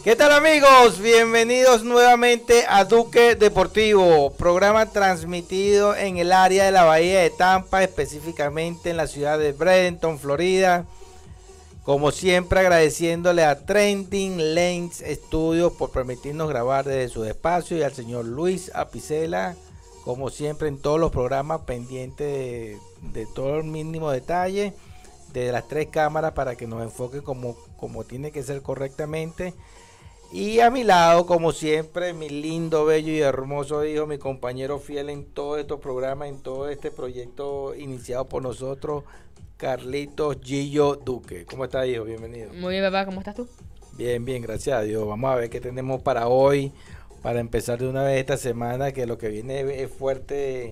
¿Qué tal, amigos? Bienvenidos nuevamente a Duque Deportivo, programa transmitido en el área de la Bahía de Tampa, específicamente en la ciudad de Bradenton, Florida. Como siempre, agradeciéndole a Trending Lanes Studios por permitirnos grabar desde su espacio y al señor Luis Apicela, como siempre en todos los programas, pendiente de todo el mínimo detalle, de las tres cámaras para que nos enfoque como tiene que ser correctamente. Y a mi lado, como siempre, mi lindo, bello y hermoso hijo, mi compañero fiel en todos estos programas, en todo este proyecto iniciado por nosotros, Carlitos Gillo Duque. ¿Cómo estás, hijo? Bienvenido. Muy bien, papá. ¿Cómo estás tú? Bien, gracias a Dios. Vamos a ver qué tenemos para hoy, para empezar de una vez esta semana, que lo que viene es fuerte.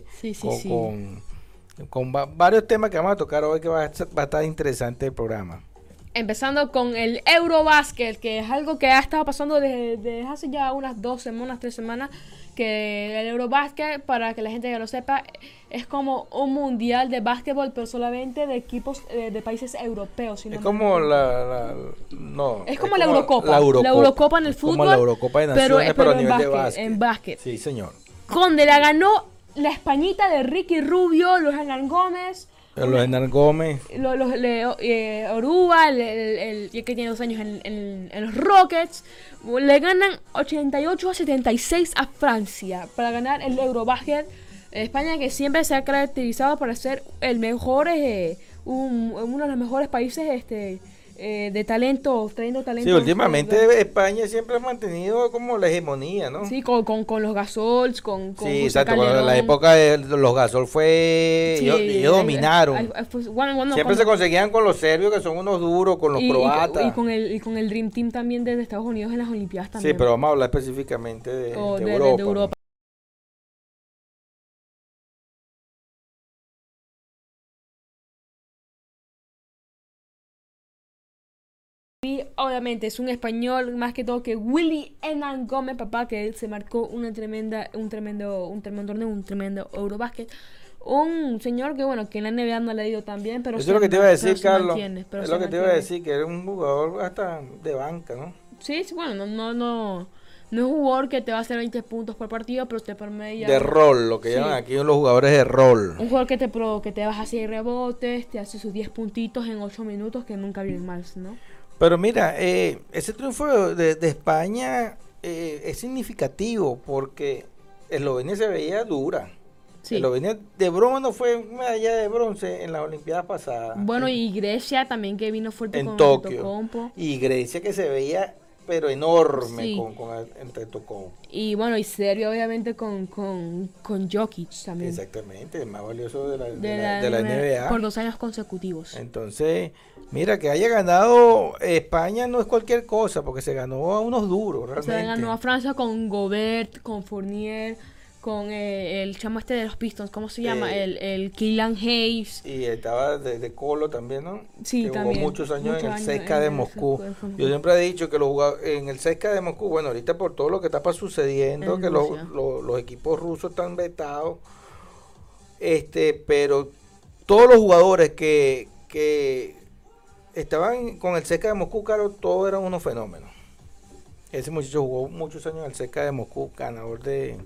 Con varios temas que vamos a tocar hoy, que va a estar interesante el programa. Empezando con el Eurobasket, que es algo que ha estado pasando desde hace ya unas 2 semanas, 3 semanas, que el Eurobasket, para que la gente ya lo sepa, es como un mundial de básquetbol, pero solamente de equipos de países europeos. Es como la Eurocopa. La Eurocopa en el fútbol, como la Eurocopa de Naciones, pero a nivel de básquet. En básquet. Sí, señor. Donde la ganó la Españita de Ricky Rubio, los Hernán Gómez. Los Hernán Gómez. Oruba, el que tiene 2 años en los Rockets, le ganan 88-76 a Francia para ganar el Eurobasket. España, que siempre se ha caracterizado por ser el mejor, uno de los mejores países de talento, trayendo talento. Sí, últimamente España siempre ha mantenido como la hegemonía, ¿no? Sí, con los Gasols, con sí, exacto, cuando la época de los Gasol fue, sí, ellos dominaron. Siempre se conseguían con los serbios, que son unos duros, con los croatas. Y con el Dream Team también desde Estados Unidos en las Olimpiadas también. Sí, pero vamos a hablar específicamente de Europa. Y obviamente es un español más que todo que Willy Hernán Gómez, papá, que se marcó un tremendo Eurobasket. Un señor que que en la NBA no le ha ido tan bien, pero eso es lo que te iba a decir, Carlos. Es lo que te iba a decir, que era un jugador hasta de banca, ¿no? Sí, bueno, no es un jugador que te va a hacer 20 puntos por partido, pero te promedia de rol, lo que llaman aquí los jugadores de rol. Un jugador que te vas a hacer rebotes, te hace sus 10 puntitos en 8 minutos, que nunca vienen mal, ¿no? Pero mira, ese triunfo de España es significativo porque Eslovenia se veía dura. Sí. Eslovenia de broma no fue medalla de bronce en las Olimpiadas pasadas. Bueno, y Grecia también, que vino fuerte en Tokio. Y Grecia, que se veía pero enorme, sí, con Antetokounmpo. Y bueno, y Serbia obviamente con Jokic también. Exactamente, el más valioso de la NBA. Por 2 años consecutivos. Entonces, mira, que haya ganado España no es cualquier cosa, porque se ganó a unos duros, realmente. Se ganó a Francia con Gobert, con Fournier, con el chamo de los Pistons, ¿cómo se llama? El Killian Hayes. Y estaba de Colo también, ¿no? Sí, que también. Jugó muchos años en el CSKA de Moscú. Yo siempre he dicho que los jugadores en el CSKA de Moscú, bueno, ahorita por todo lo que está sucediendo, que los equipos rusos están vetados, pero todos los jugadores que estaban con el CSKA de Moscú, claro, todos eran unos fenómenos. Ese muchacho jugó muchos años en el CSKA de Moscú, ganador de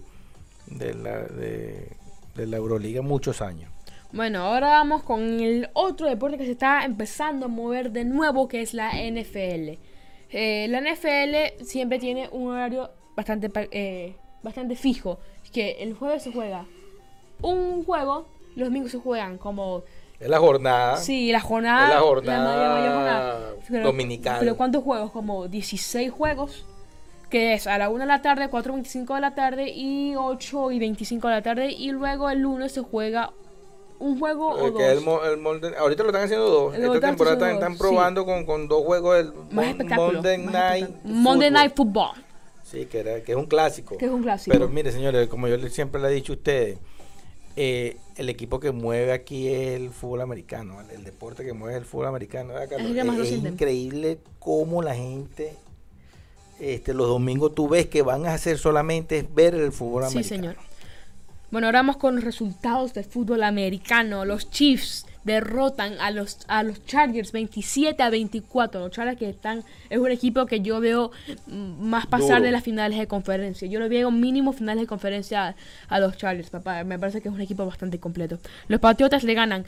la Euroliga muchos años. Bueno, ahora vamos con el otro deporte que se está empezando a mover de nuevo, que es la NFL. La NFL siempre tiene un horario bastante fijo, que el jueves se juega un juego, los domingos se juegan como... Es la jornada. Sí, la jornada. Es la jornada dominical. Pero ¿cuántos juegos? Como 16 juegos. Que es a la 1 de la tarde, 4:25 de la tarde y 8:25 de la tarde. Y luego el lunes se juega un juego o dos. Ahorita lo están haciendo 2. Esta temporada están probando con 2 juegos del Monday Night Football. Sí, que es un clásico. Pero mire, señores, como yo siempre le he dicho a ustedes, el equipo que mueve aquí es el fútbol americano. El deporte que mueve el fútbol americano. Es increíble cómo la gente... los domingos tú ves que van a hacer solamente ver el fútbol americano. Sí, señor. Bueno, ahora vamos con los resultados del fútbol americano. Los Chiefs derrotan a los Chargers 27-24. Los Chargers es un equipo que yo veo más pasar Duro. de las finales de conferencia. Yo lo veo mínimo finales de conferencia a los Chargers, papá. Me parece que es un equipo bastante completo. Los Patriotas le ganan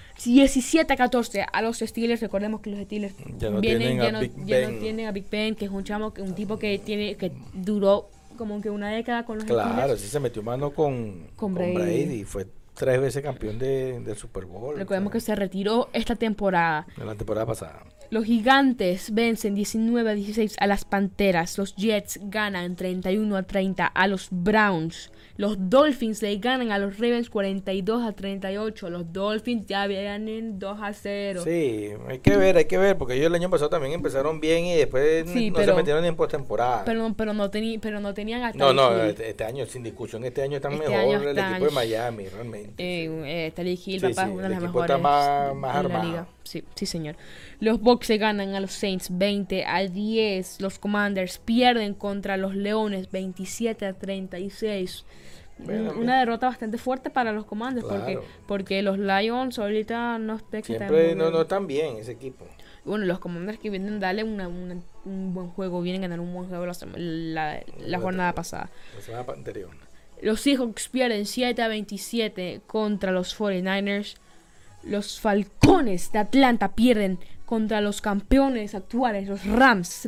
17-14 a los Steelers. Recordemos que los Steelers Ya no tienen a Big Ben. no tienen a Big Ben, que es un tipo que duró como que una década con los Claro, Steelers. sí se metió mano con Brady. Fue 3 veces campeón del Super Bowl. Recordemos que se retiró esta temporada. En la temporada pasada. Los Gigantes vencen 19-16 a las Panteras. Los Jets ganan 31-30 a los Browns. Los Dolphins le ganan a los Ravens 42-38. Los Dolphins ya vienen 2-0. Sí, hay que ver, porque ellos el año pasado también empezaron bien y después no se metieron ni en postemporada. Pero no tenían a No, Tyreek Hill. este año, sin discusión, este año está Este mejor año el están- equipo de Miami, realmente. Tyreek Hill, Sí, papá, sí, es uno de el los equipo mejores está más en la armado. liga. Sí, señor. Los Bucks se ganan a los Saints 20-10. Los Commanders pierden contra los Leones 27-36. Bueno, Una derrota bastante fuerte para los Commanders, Claro. porque los Lions ahorita no están Siempre muy bien. no están bien ese equipo. Bueno, los Commanders que vienen a darle un buen juego, vienen a ganar un buen juego la jornada pasada. La semana anterior. Los Seahawks pierden 7-27 contra los 49ers. Los Falcones de Atlanta pierden contra los campeones actuales, los Rams,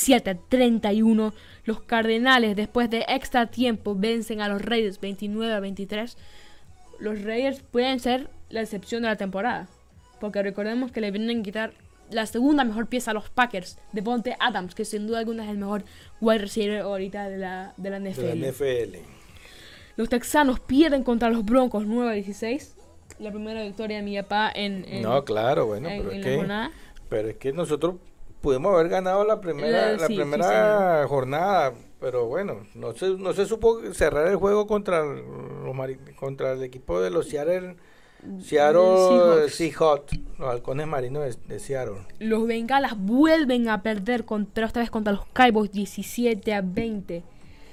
27-31. Los Cardenales, después de extra tiempo, vencen a los Raiders 29-23. Los Raiders pueden ser la excepción de la temporada, porque recordemos que le vienen a quitar la segunda mejor pieza a los Packers, Devontae Adams, que sin duda alguna es el mejor wide receiver ahorita de la NFL. De la NFL. Los Texanos pierden contra los Broncos 9-16. La primera victoria de mi papá No, claro, bueno, en pero la es que jornada. Pero es que nosotros pudimos haber ganado la primera Sí, primera jornada, pero bueno, no se supo cerrar el juego contra contra el equipo de los Seattle Seahawks, los halcones marinos de Seattle. Los Bengalas vuelven a perder esta vez contra los Cowboys 17-20.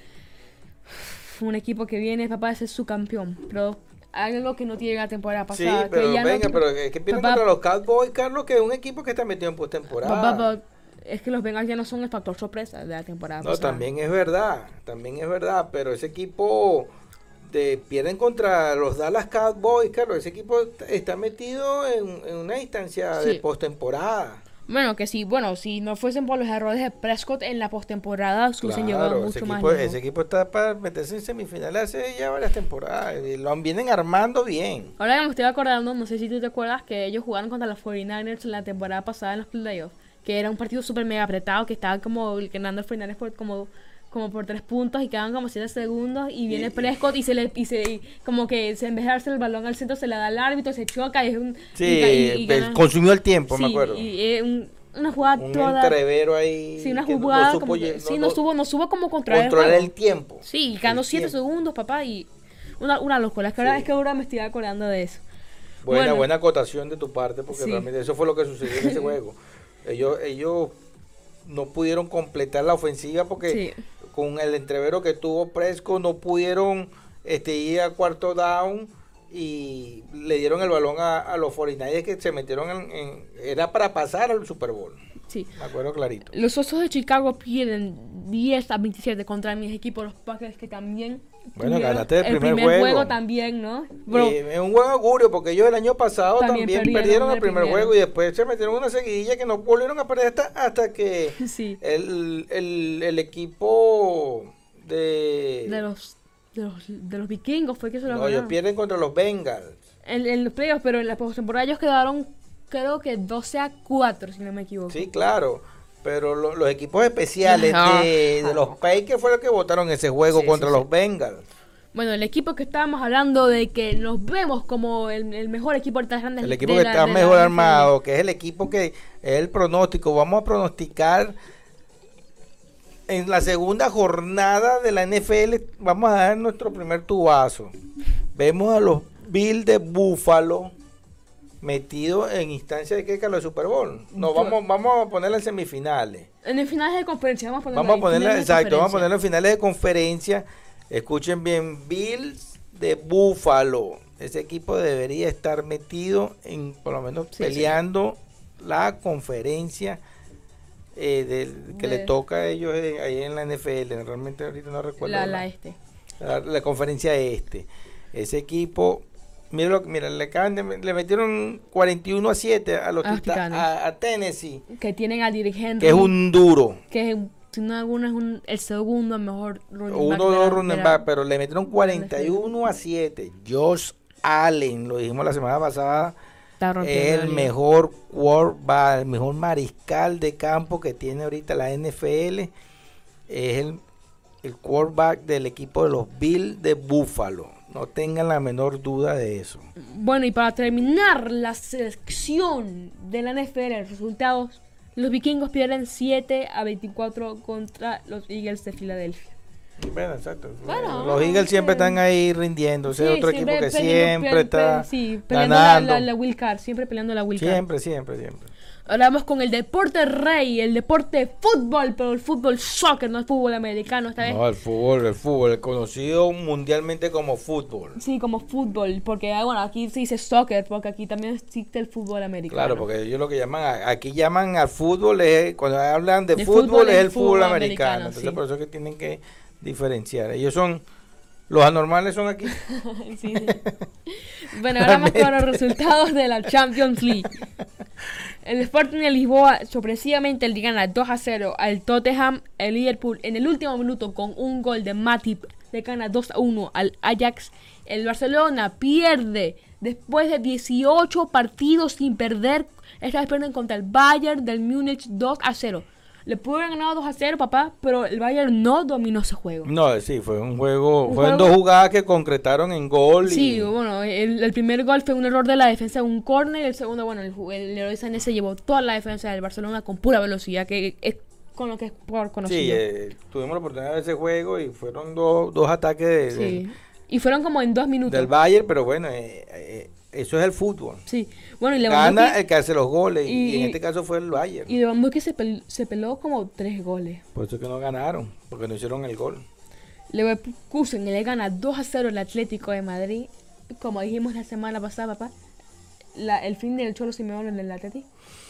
Un equipo que viene, papá, ese es su campeón, pero algo que no tiene la temporada Sí, pasada. pero que ya venga, no, pero es que pierden papá, contra los Cowboys, Carlos, que es un equipo que está metido en postemporada. papá, es que los Bengals ya no son el factor sorpresa de la temporada No, pasada. también es verdad, pero ese equipo pierden contra los Dallas Cowboys, Carlos, ese equipo está metido en una instancia de Sí. postemporada. Bueno, si no fuesen por los errores de Prescott en la postemporada, se hubiesen llevado mucho más lejos. Ese equipo está para meterse en semifinales hace ya varias temporadas, y lo vienen armando bien. Ahora que me estoy acordando, no sé si tú te acuerdas que ellos jugaron contra los 49ers la temporada pasada en los playoffs, que era un partido súper mega apretado, que estaba como ganando los 49ers como por 3 puntos y quedaban como 7 segundos y viene Prescott y como que en vez de darse el balón al centro se le da al árbitro, se choca y es un... Sí, ganan. consumió el tiempo, Sí, me acuerdo. y una jugada Un toda... entrevero ahí. Sí, una que jugada supo como... no supo como controlar el tiempo. Sí, ganó El 7 tiempo. segundos, papá, y una locura. Es que, ahora, Sí. es que ahora me estoy acordando de eso. Buena acotación de tu parte, porque Sí. realmente eso fue lo que sucedió en ese juego. Ellos no pudieron completar la ofensiva porque Sí. con el entrevero que tuvo Prescott no pudieron ir a cuarto down y le dieron el balón a los 49ers que se metieron era para pasar al Super Bowl. Sí. Me acuerdo clarito. Los Osos de Chicago pierden 10-27 contra mis equipos, los Packers, que también Bueno, tuvieron ganaste el primer juego. también, ¿no? Bro, Es un buen augurio porque ellos el año pasado También también perdieron perdieron el el primer primero. juego y después se metieron una seguidilla que no volvieron a perder hasta que sí, el equipo de los vikingos fue que se lo No, ellos ganaron. pierden contra los Bengals. En los playoffs, pero en la postemporada ellos quedaron, creo que 12-4, si no me equivoco. Sí, claro. Pero los equipos especiales Ajá. de los Packers fueron los que votaron ese juego Sí, contra sí, los sí. Bengals. Bueno, el equipo que estábamos hablando de que nos vemos como el mejor equipo ahorita grande. El equipo que está mejor armado, que es el equipo que es el pronóstico. Vamos a pronosticar en la segunda jornada de la NFL. Vamos a dar nuestro primer tubazo. Vemos a los Bills de Buffalo metidos en instancia de que Carlos, de Super Bowl. No, vamos a ponerla en semifinales. En el finales de conferencia vamos a ponerlo Vamos a ahí, ponerla, finales de exacto, vamos a conferencia. ponerlo en finales de conferencia. Escuchen bien, Bills de Buffalo ese equipo debería estar metido en, por lo menos, peleando la conferencia que le toca a ellos ahí en la NFL. Realmente ahorita no recuerdo. La conferencia ese equipo, mira, le metieron 41-7 a los a Tennessee, que tienen al dirigente, que es un duro, que sin duda alguna es el segundo mejor running back, pero le metieron 41-7. Josh Allen, lo dijimos la semana pasada, es el mejor quarterback, el mejor mariscal de campo que tiene ahorita la NFL. Es el quarterback del equipo de los Bills de Buffalo. No tengan la menor duda de eso. Bueno, y para terminar la selección de la NFL, los resultados: los vikingos pierden 7-24 contra los Eagles de Filadelfia. Bueno, exacto. Bueno, los Eagles siempre están ahí rindiéndose. Otro equipo que siempre está peleando ganando. La wild card, siempre peleando la wild card. Siempre. Ahora vamos con el deporte rey, el deporte fútbol, pero el fútbol soccer, no el fútbol americano esta vez. No, el fútbol, conocido mundialmente como fútbol. Sí, como fútbol, porque bueno, aquí se dice soccer, porque aquí también existe el fútbol americano. Claro, porque ellos lo que aquí llaman al fútbol, cuando hablan de fútbol es el fútbol americano. Entonces por eso es que tienen que diferenciar. Ellos son, los anormales son aquí. Sí. Bueno, ahora vamos con los resultados de la Champions League. El Sporting de Lisboa sorpresivamente le gana 2-0 al Tottenham. El Liverpool en el último minuto con un gol de Matip le gana 2-1 al Ajax. El Barcelona pierde después de 18 partidos sin perder. Esta vez pierden contra el Bayern del Múnich 2-0. Le pudo haber ganado 2-0, papá, pero el Bayern no dominó ese juego. No, sí, fue un juego. Fueron dos jugadas que concretaron en gol. Sí, bueno, el primer gol fue un error de la defensa, un córner. El segundo, bueno, el Leroy Sané se llevó toda la defensa del Barcelona con pura velocidad, que es con lo que es por conocido. Sí, tuvimos la oportunidad de ver ese juego y fueron dos ataques y fueron como en 2 minutos. Del Bayern, pero bueno, eso es el fútbol. Sí, bueno, y gana el que hace los goles y en este caso fue el Bayern. Y Lewandowski se peló como 3 goles. Por eso es que no ganaron, porque no hicieron el gol. Leverkusen le gana 2-0 al Atlético de Madrid. Como dijimos la semana pasada, papá, el fin del Cholo Simeone en el Atlético.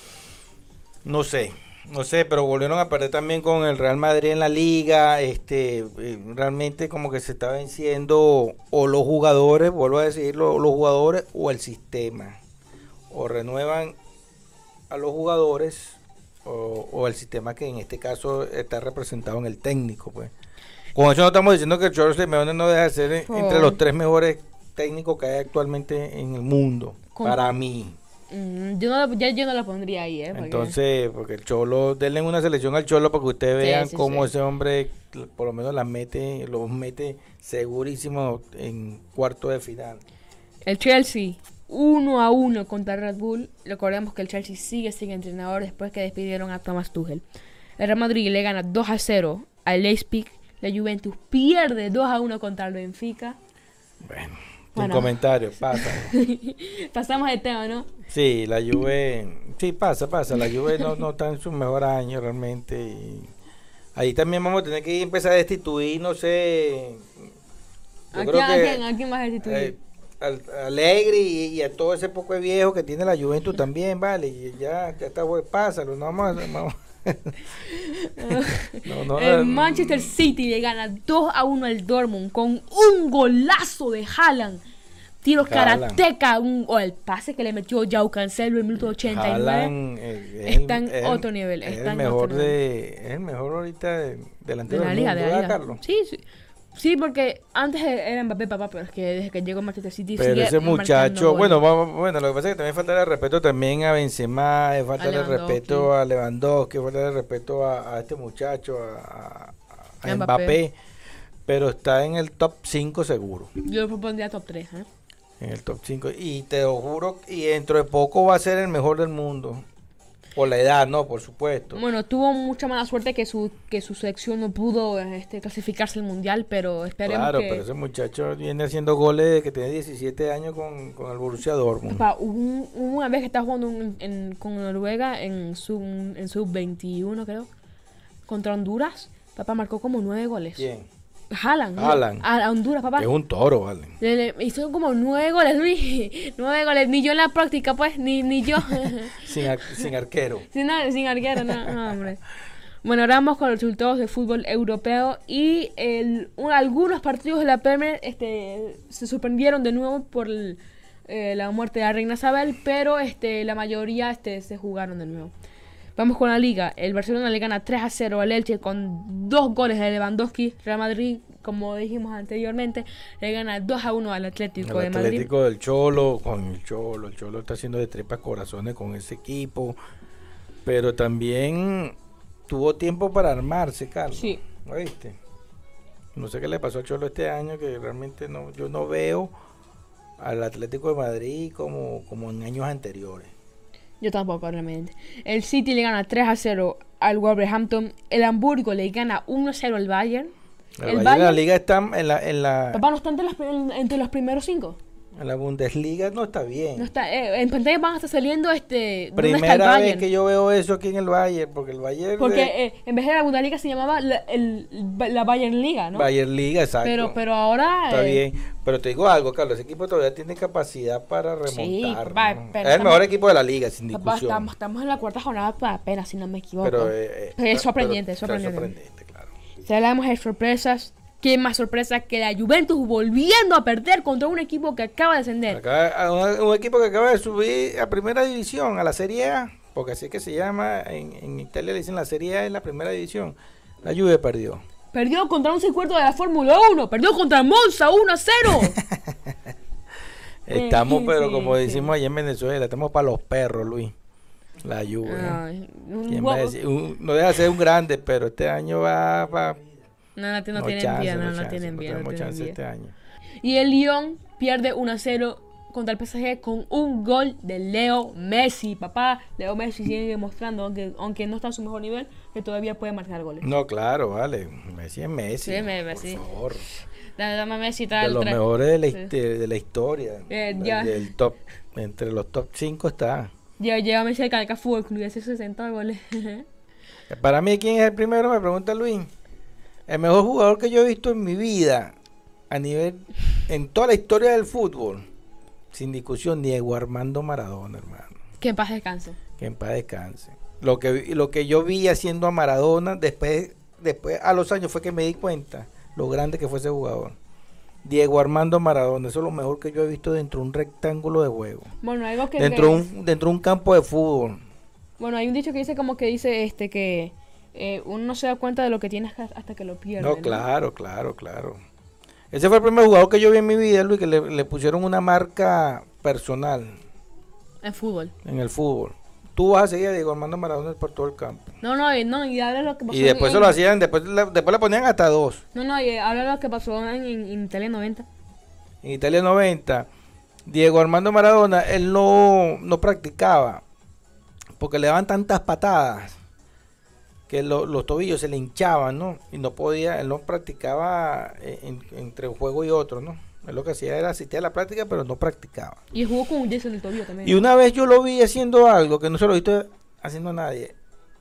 No sé, pero volvieron a perder también con el Real Madrid en la liga. Realmente como que se está venciendo o los jugadores, vuelvo a decirlo, los jugadores o el sistema. O renuevan a los jugadores o el sistema que en este caso está representado en el técnico, pues. Con eso no estamos diciendo que el Cholo Simeone no deja de ser entre los 3 mejores técnicos que hay actualmente en el mundo, para mí. Yo no la pondría ahí, Entonces, porque el Cholo, denle una selección al Cholo para que ustedes vean cómo ese hombre por lo menos los mete segurísimo en cuarto de final. El Chelsea 1-1 contra Red Bull. Recordemos que el Chelsea sigue sin entrenador después que despidieron a Thomas Tuchel. El Real Madrid le gana 2-0 al Leipzig. La Juventus pierde 2-1 contra el Benfica. Bueno, sin comentarios, pasa. Pasamos de tema, ¿no? Sí, la Juve, sí, pasa. La Juve no está en su mejor año realmente. Y ahí también vamos a tener que empezar a destituir, no sé. ¿A quién vas a destituir? Al Allegri y a todo ese poco de viejo que tiene la Juventus también, vale. Y ya está, pásalo, no vamos. El Manchester City le gana 2-1 al Dortmund con un golazo de Haaland. Tiro karateca, el pase que le metió Joao Cancelo en el minuto 89. Haaland, está en otro nivel. Es el mejor ahorita delantero de la liga, de Carlos. Sí, porque antes era Mbappé, papá, pero es que desde que llegó a Manchester City pero ese muchacho, bueno, lo que pasa es que también falta el respeto también a Benzema, falta el respeto a Lewandowski, falta el respeto a este muchacho, a Mbappé, pero está en el top 5 seguro. Yo lo propondría top 3, En el top 5, y te lo juro, y dentro de poco va a ser el mejor del mundo. Por la edad, no, por supuesto. Bueno, tuvo mucha mala suerte que su selección no pudo clasificarse al mundial, pero esperemos Claro, pero ese muchacho viene haciendo goles desde que tiene 17 años con el Borussia Dortmund. Hubo una vez que estaba jugando con Noruega en sub 21, creo, contra Honduras. Papá marcó como 9 goles. ¿Quién? Haaland. Haaland. A Honduras, papá. Es un toro, vale. Hizo como 9 goles, Luis. 9 goles. Ni yo en la práctica, pues. Ni yo. Sin arquero. Sin arquero, no, hombre. Bueno, ahora vamos con los resultados de fútbol europeo. Y algunos partidos de la Premier se suspendieron de nuevo por la muerte de la reina Isabel. Pero la mayoría se jugaron de nuevo. Vamos con la Liga. El Barcelona le gana 3-0 al Elche con 2 goles de Lewandowski. Real Madrid, como dijimos anteriormente, le gana 2-1 al Atlético de Madrid. El Atlético del Cholo, con el Cholo. El Cholo está haciendo de tripas corazones con ese equipo. Pero también tuvo tiempo para armarse, Carlos. Sí. ¿Oíste? No sé qué le pasó al Cholo este año, que realmente yo no veo al Atlético de Madrid como en años anteriores. Yo tampoco, realmente. El City le gana 3-0 al Wolverhampton. El Hamburgo le gana 1-0 al Bayern. El Bayern, la liga está en la... Papá, ¿no está entre los primeros 5? En la Bundesliga no está bien. No está, en pantalla van a estar saliendo ¿dónde Primera está el Bayern? vez que yo veo eso aquí en el Bayern, porque el Bayern... Porque en vez de la Bundesliga se llamaba la Bayern Liga, ¿no? Bayern Liga, exacto. Pero ahora... Está bien, pero te digo algo, Carlos, ese equipo todavía tiene capacidad para remontar. Sí, papá, ¿no? pero Es el mejor equipo de la liga, sin papá, discusión. estamos en la cuarta jornada apenas, si no me equivoco. Pero es sorprendente, es sorprendente. sorprendente, claro. Si hablamos de sorpresas, ¿qué más sorpresa que la Juventus volviendo a perder contra un equipo que acaba de ascender? Un equipo que acaba de subir a primera división, a la Serie A, porque así es que se llama, en Italia le dicen la Serie A en la primera división. La Juve perdió. Perdió contra un circuito de la Fórmula 1, perdió contra el Monza 1-0. Estamos, pero sí, como sí. decimos allá en Venezuela, estamos para los perros, Luis. La Juve. Ay, ¿Quién va a decir? No deja de ser un grande, pero este año va... No tienen vida, no tienen vida. No tenemos chance este año. Y el Lyon pierde 1-0 contra el PSG con un gol de Leo Messi. Papá, Leo Messi sigue demostrando, aunque no está a su mejor nivel, que todavía puede marcar goles. No, claro, vale. Messi es Messi. Sí, Messi. Por favor. Dame Messi De los mejores de la historia. Ya. Del top. Entre los top 5 está. Lleva Messi al Caracas Fútbol Club y hace 60 goles. Para mí, ¿quién es el primero? Me pregunta Luis. El mejor jugador que yo he visto en mi vida, en toda la historia del fútbol, sin discusión, Diego Armando Maradona, hermano. Que en paz descanse. Que en paz descanse. Lo que yo vi haciendo a Maradona, después a los años fue que me di cuenta lo grande que fue ese jugador. Diego Armando Maradona, eso es lo mejor que yo he visto dentro de un rectángulo de juego. Bueno, algo que... Dentro de un campo de fútbol. Bueno, hay un dicho que dice que uno no se da cuenta de lo que tiene hasta que lo pierde. No, claro. Ese fue el primer jugador que yo vi en mi vida, Luis, que le pusieron una marca personal. En fútbol. En el fútbol. Tú vas a seguir a Diego Armando Maradona por todo el campo. No, y habla lo que pasó. Y después se lo hacían, después le ponían hasta 2. Y habla lo que pasó en Italia 90. En Italia 90, Diego Armando Maradona, él no practicaba, porque le daban tantas patadas que los tobillos se le hinchaban, ¿no? Y no podía, él no practicaba entre un juego y otro, ¿no? Él lo que hacía era asistir a la práctica, pero no practicaba. Y jugó con un yeso en el tobillo también. Y una vez yo lo vi haciendo algo que no se lo he visto haciendo a nadie.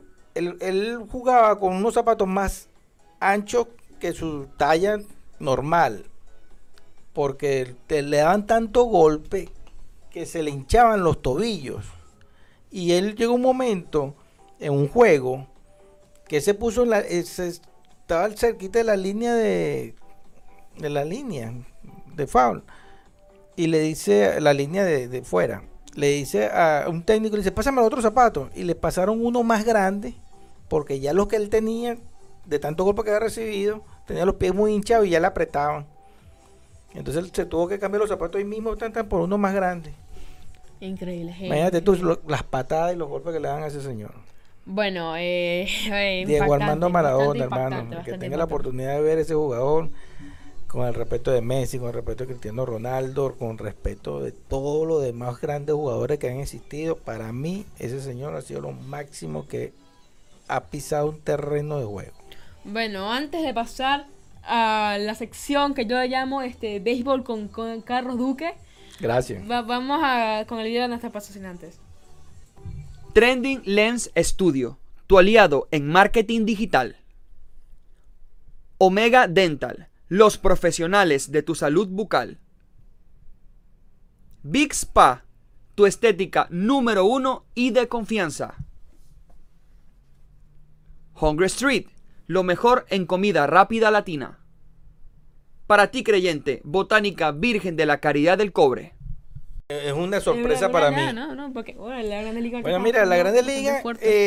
Él jugaba con unos zapatos más anchos que su talla normal, porque le daban tanto golpe que se le hinchaban los tobillos. Y él llegó un momento en un juego que se puso estaba cerquita de la línea de foul, y le dice la línea de fuera, le dice a un técnico, le dice, pásame los otros zapatos, y le pasaron uno más grande, porque ya los que él tenía, de tanto golpe que había recibido, tenía los pies muy hinchados y ya le apretaban. Entonces él se tuvo que cambiar los zapatos ahí mismo por uno más grande. Increíble. Imagínate tú las patadas y los golpes que le dan a ese señor. Bueno, Diego Armando Maradona, hermano, que tenga la oportunidad de ver ese jugador con el respeto de Messi, con el respeto de Cristiano Ronaldo, con respeto de todos los demás grandes jugadores que han existido. Para mí, ese señor ha sido lo máximo que ha pisado un terreno de juego. Bueno, antes de pasar a la sección que yo llamo béisbol con Carlos Duque. Gracias. Vamos con el video de nuestros patrocinantes. Trending Lens Studio, tu aliado en marketing digital. Omega Dental, Los profesionales de tu salud bucal. Big Spa, tu estética número 1 y de confianza. Hungry Street, lo mejor en comida rápida latina. Para ti creyente, Botánica Virgen de la Caridad del Cobre. Es una sorpresa para mí. No, porque bueno, la Grande Liga. Bueno, mira, la Grande Liga,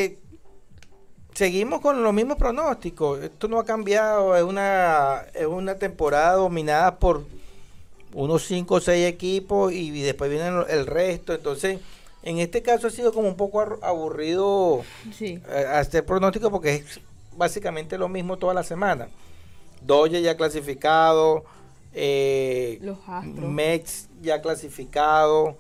seguimos con los mismos pronósticos. Esto no ha cambiado. Es una temporada dominada por unos 5 o 6 equipos y después viene el resto. Entonces, en este caso ha sido como un poco aburrido hacer pronóstico porque es básicamente lo mismo toda la semana. Dodgers ya clasificado, los Astros, Mets ya clasificado,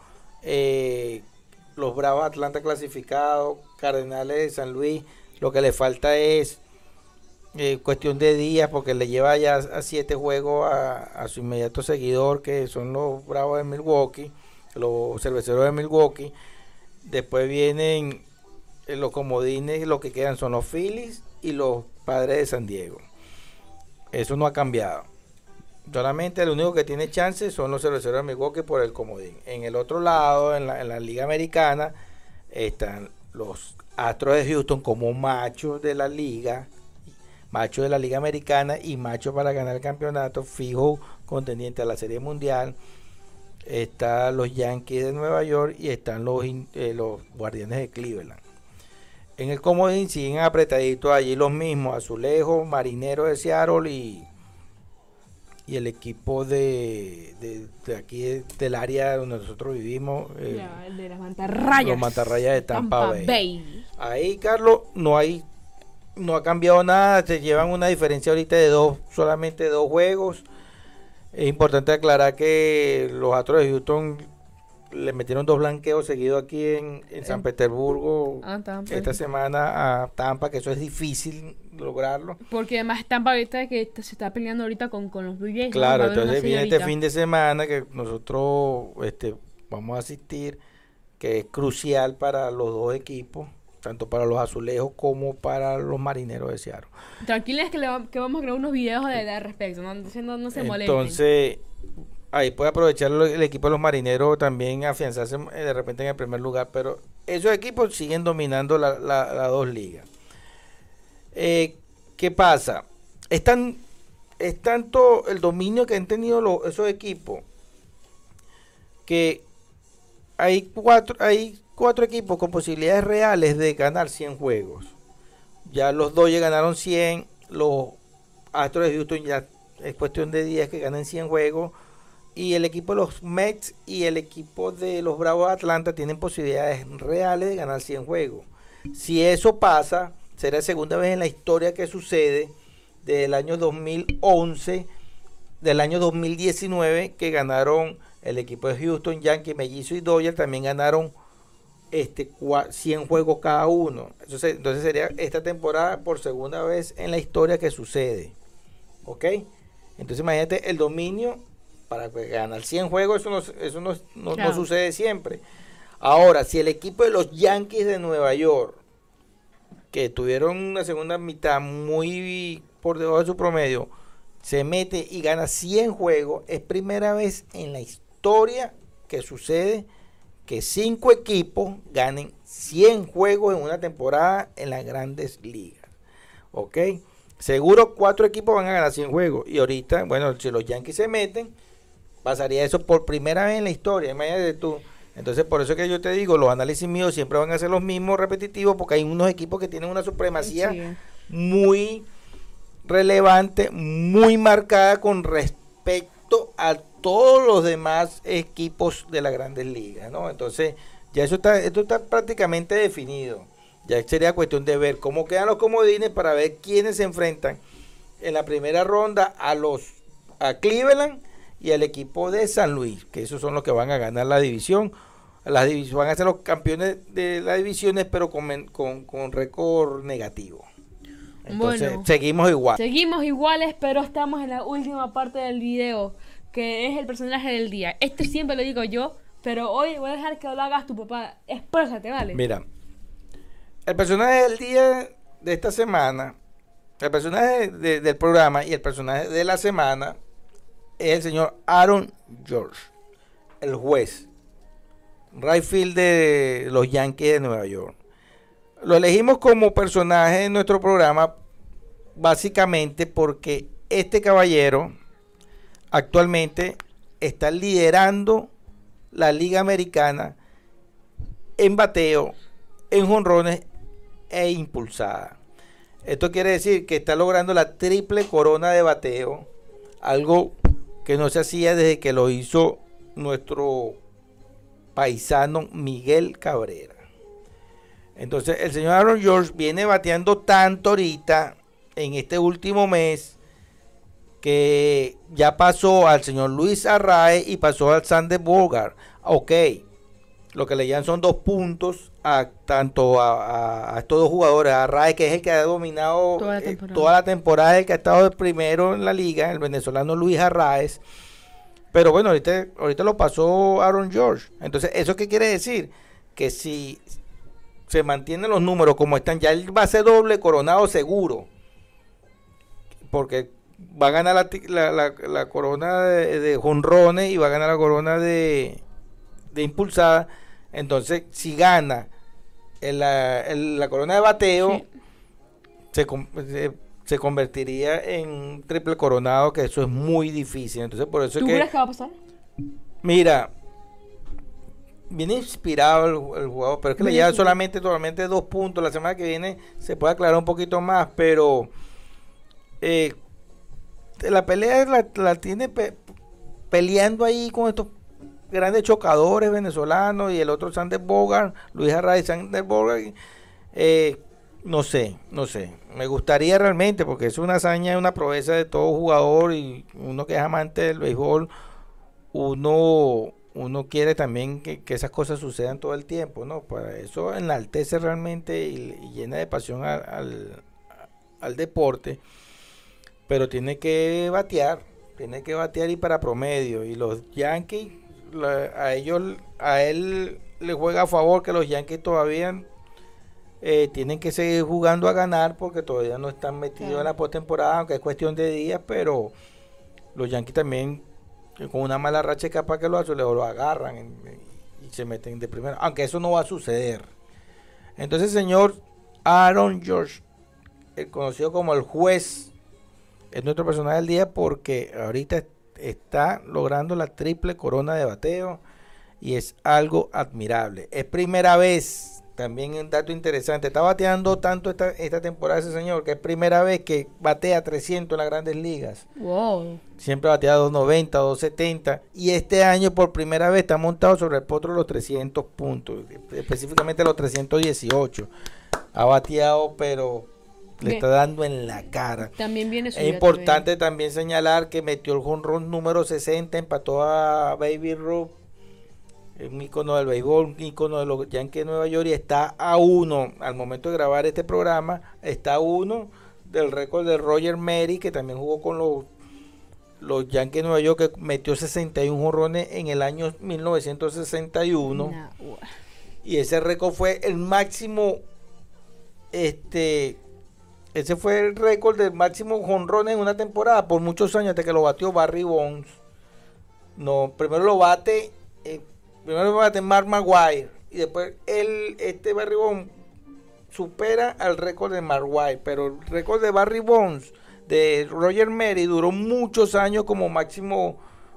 los Bravos Atlanta clasificados, Cardenales de San Luis. Lo que le falta es cuestión de días porque le lleva ya a 7 juegos a su inmediato seguidor, que son los Bravos de Milwaukee, los Cerveceros de Milwaukee. Después vienen los comodines, lo que quedan son los Phillies y los Padres de San Diego. Eso no ha cambiado. Solamente el único que tiene chance son los Cerveceros de Milwaukee por el comodín. En el otro lado, en la Liga Americana, están los Astros de Houston como machos de la liga, macho de la Liga Americana y macho para ganar el campeonato, fijo contendiente a la Serie Mundial. Están los Yankees de Nueva York y están los Guardianes de Cleveland. En el comodín siguen apretaditos allí los mismos, Azulejos, Marineros de Seattle y el equipo de aquí del área donde nosotros vivimos, el de las Mantarrayas. Los Mantarrayas de Tampa Bay. Ahí, Carlos, no ha cambiado nada, se llevan una diferencia ahorita de solamente 2 juegos. Es importante aclarar que los Astros de Houston le metieron 2 blanqueos seguidos aquí en San Petersburgo esta semana a Tampa, que eso es difícil lograrlo. Porque además Tampa ahorita que se está peleando ahorita con los Blue Jays. Claro, entonces viene este fin de semana que nosotros vamos a asistir, que es crucial para los 2 equipos, tanto para los Azulejos como para los Marineros de Seattle. Tranquilos que vamos a crear unos videos al respecto, no se molesten. Entonces, ahí puede aprovechar el equipo de los Marineros también, afianzarse de repente en el primer lugar, pero esos equipos siguen dominando las 2 ligas. ¿Qué pasa? Es tanto el dominio que han tenido esos equipos que hay 4 equipos con posibilidades reales de ganar 100 juegos. Ya los Dodgers ganaron 100, los Astros de Houston ya es cuestión de días que ganen 100 juegos, y el equipo de los Mets y el equipo de los Bravos de Atlanta tienen posibilidades reales de ganar 100 juegos. Si eso pasa, será la segunda vez en la historia que sucede, desde el año 2011, del año 2019, que ganaron el equipo de Houston, Yankees, Mellizos y Dodgers, también ganaron 100 juegos cada uno. Entonces sería esta temporada por segunda vez en la historia que sucede. ¿Ok? Entonces imagínate el dominio para ganar 100 juegos, eso no sucede siempre. Ahora, si el equipo de los Yankees de Nueva York, que tuvieron una segunda mitad muy por debajo de su promedio, se mete y gana 100 juegos, es primera vez en la historia que sucede que 5 equipos ganen 100 juegos en una temporada en las Grandes Ligas. ¿Ok? Seguro 4 equipos van a ganar 100 juegos. Y ahorita, bueno, si los Yankees se meten, pasaría eso por primera vez en la historia. Imagínate tú. Entonces, por eso que yo te digo, los análisis míos siempre van a ser los mismos repetitivos, porque hay unos equipos que tienen una supremacía muy relevante, muy marcada con respecto a todos los demás equipos de las Grandes Ligas, ¿no? Entonces, ya esto está prácticamente definido. Ya sería cuestión de ver cómo quedan los comodines para ver quiénes se enfrentan en la primera ronda a Cleveland y al equipo de San Luis, que esos son los que van a ganar la división. Van a ser los campeones de las divisiones, pero con récord negativo. Entonces, bueno, seguimos igual. Seguimos iguales, pero estamos en la última parte del video, que es el personaje del día. Este siempre lo digo yo, pero hoy voy a dejar que lo hagas tu papá. Exprésate, ¿vale? Mira, el personaje del día de esta semana el personaje del programa y el personaje de la semana es el señor Aaron George, el juez, right field de los Yankees de Nueva York. Lo elegimos como personaje en nuestro programa básicamente porque este caballero actualmente está liderando la Liga Americana en bateo, en jonrones e impulsada. Esto quiere decir que está logrando la triple corona de bateo, algo que no se hacía desde que lo hizo nuestro paisano Miguel Cabrera. Entonces el señor Aaron George viene bateando tanto ahorita en este último mes que ya pasó al señor Luis Arraez y pasó al Sander Bogart. Ok, lo que le llaman son 2 puntos a estos dos jugadores. A Arraez, que es el que ha dominado toda la temporada, el que ha estado de primero en la liga, el venezolano Luis Arraez. Pero bueno, ahorita lo pasó Aaron George. Entonces, ¿eso qué quiere decir? Que si se mantienen los números como están, ya él va a ser doble coronado seguro. Porque va a ganar la corona de jonrones y va a ganar la corona de impulsada. Entonces, si gana la corona de bateo, sí, se convertiría en triple coronado, que eso es muy difícil. Entonces, por eso ¿Tú crees que va a pasar? Mira, viene inspirado el jugador, pero es que le lleva solamente 2 puntos. La semana que viene se puede aclarar un poquito más, pero la pelea la tiene peleando ahí con estos grandes chocadores venezolanos y el otro Sander Bogart, Luis Arraez, Sander Bogart. No sé, me gustaría realmente, porque es una hazaña, una proeza de todo jugador, y uno que es amante del béisbol, uno quiere también que esas cosas sucedan todo el tiempo, ¿no? Para eso enaltece realmente y llena de pasión al deporte, pero tiene que batear y para promedio, y los Yankees, a él le juega a favor que los Yankees todavía tienen que seguir jugando a ganar, porque todavía no están metidos en la postemporada, aunque es cuestión de días, pero los Yankees también con una mala racha capaz que lo agarran y se meten de primero, aunque eso no va a suceder. Entonces, señor Aaron George, conocido como el juez, es nuestro personaje del día porque ahorita está logrando la triple corona de bateo y es algo admirable. Es primera vez, también un dato interesante, está bateando tanto esta temporada ese señor, que es primera vez que batea 300 en las grandes ligas. Wow. Siempre batea 290, 270, y este año por primera vez está montado sobre el potro de los 300 puntos, específicamente los 318. Ha bateado, pero le está dando en la cara. También viene es importante también señalar que metió el jonrón número 60, empató a Baby Ruth, un ícono del béisbol, un ícono de los Yankees de Nueva York, y está a 1, al momento de grabar este programa, está a 1 del récord de Roger Maris, que también jugó con los Yankees de Nueva York, que metió 61 jonrones en el año 1961. Y ese récord fue el máximo, ese fue el récord del máximo jonrones en una temporada por muchos años, hasta que lo batió Barry Bonds. No, primero lo bate Mark Maguire, y después Barry Bonds supera al récord de Mark Maguire, pero el récord de Barry Bonds, de Roger Maris, duró muchos años como máximo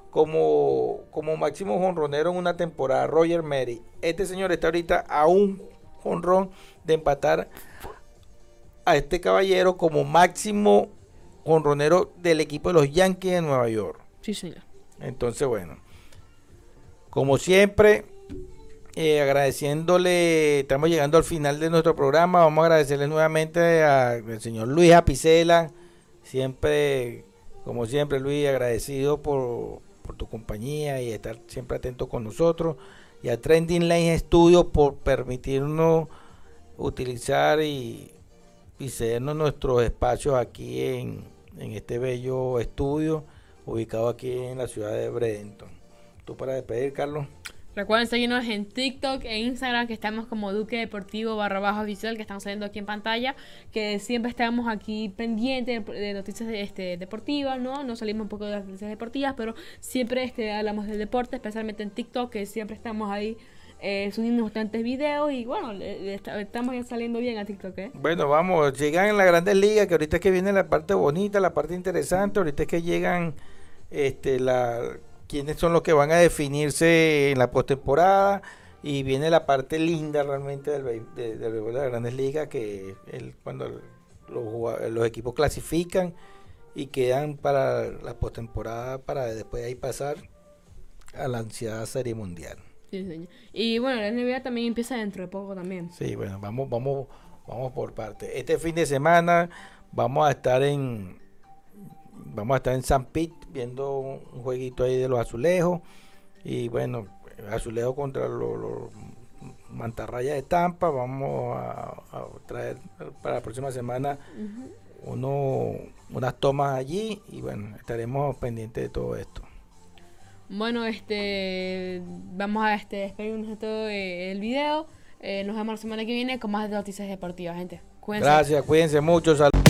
jonronero en una temporada. Roger Maris, este señor está ahorita a un jonrón de empatar a este caballero como máximo jonronero del equipo de los Yankees de Nueva York. Sí, señor. Entonces, bueno, como siempre, agradeciéndole, estamos llegando al final de nuestro programa. Vamos a agradecerle nuevamente al señor Luis Apicela, siempre, como siempre, Luis, agradecido por tu compañía y estar siempre atento con nosotros, y a Trending Lane Studios por permitirnos utilizar y cedernos nuestros espacios aquí en este bello estudio ubicado aquí en la ciudad de Bradenton. ¿Tú para despedir, Carlos? Recuerden seguirnos en TikTok e Instagram, que estamos como Duque Deportivo _oficial, que estamos saliendo aquí en pantalla, que siempre estamos aquí pendientes de noticias deportivas, ¿no? Nos salimos un poco de las noticias deportivas, pero siempre hablamos del deporte, especialmente en TikTok, que siempre estamos ahí subiendo bastantes videos y bueno, estamos ya saliendo bien a TikTok, ¿eh? Bueno, vamos, llegan en las grandes ligas, que ahorita es que viene la parte bonita, la parte interesante, ahorita es que llegan quiénes son los que van a definirse en la postemporada y viene la parte linda realmente del béisbol de las grandes ligas, que es cuando los equipos clasifican y quedan para la postemporada para después de ahí pasar a la ansiada Serie Mundial. Sí, señor. Y bueno, la NBA también empieza dentro de poco también. Sí, bueno, vamos por parte. Este fin de semana vamos a estar en San Pete viendo un jueguito ahí de los Azulejos y bueno, Azulejos contra los Mantarrayas de Tampa. Vamos a traer para la próxima semana unas tomas allí y bueno, estaremos pendientes de todo esto. Bueno, vamos a despedirnos de todo el video. Nos vemos la semana que viene con más noticias deportivas, gente. Cuídense. Gracias, cuídense mucho. Saludos.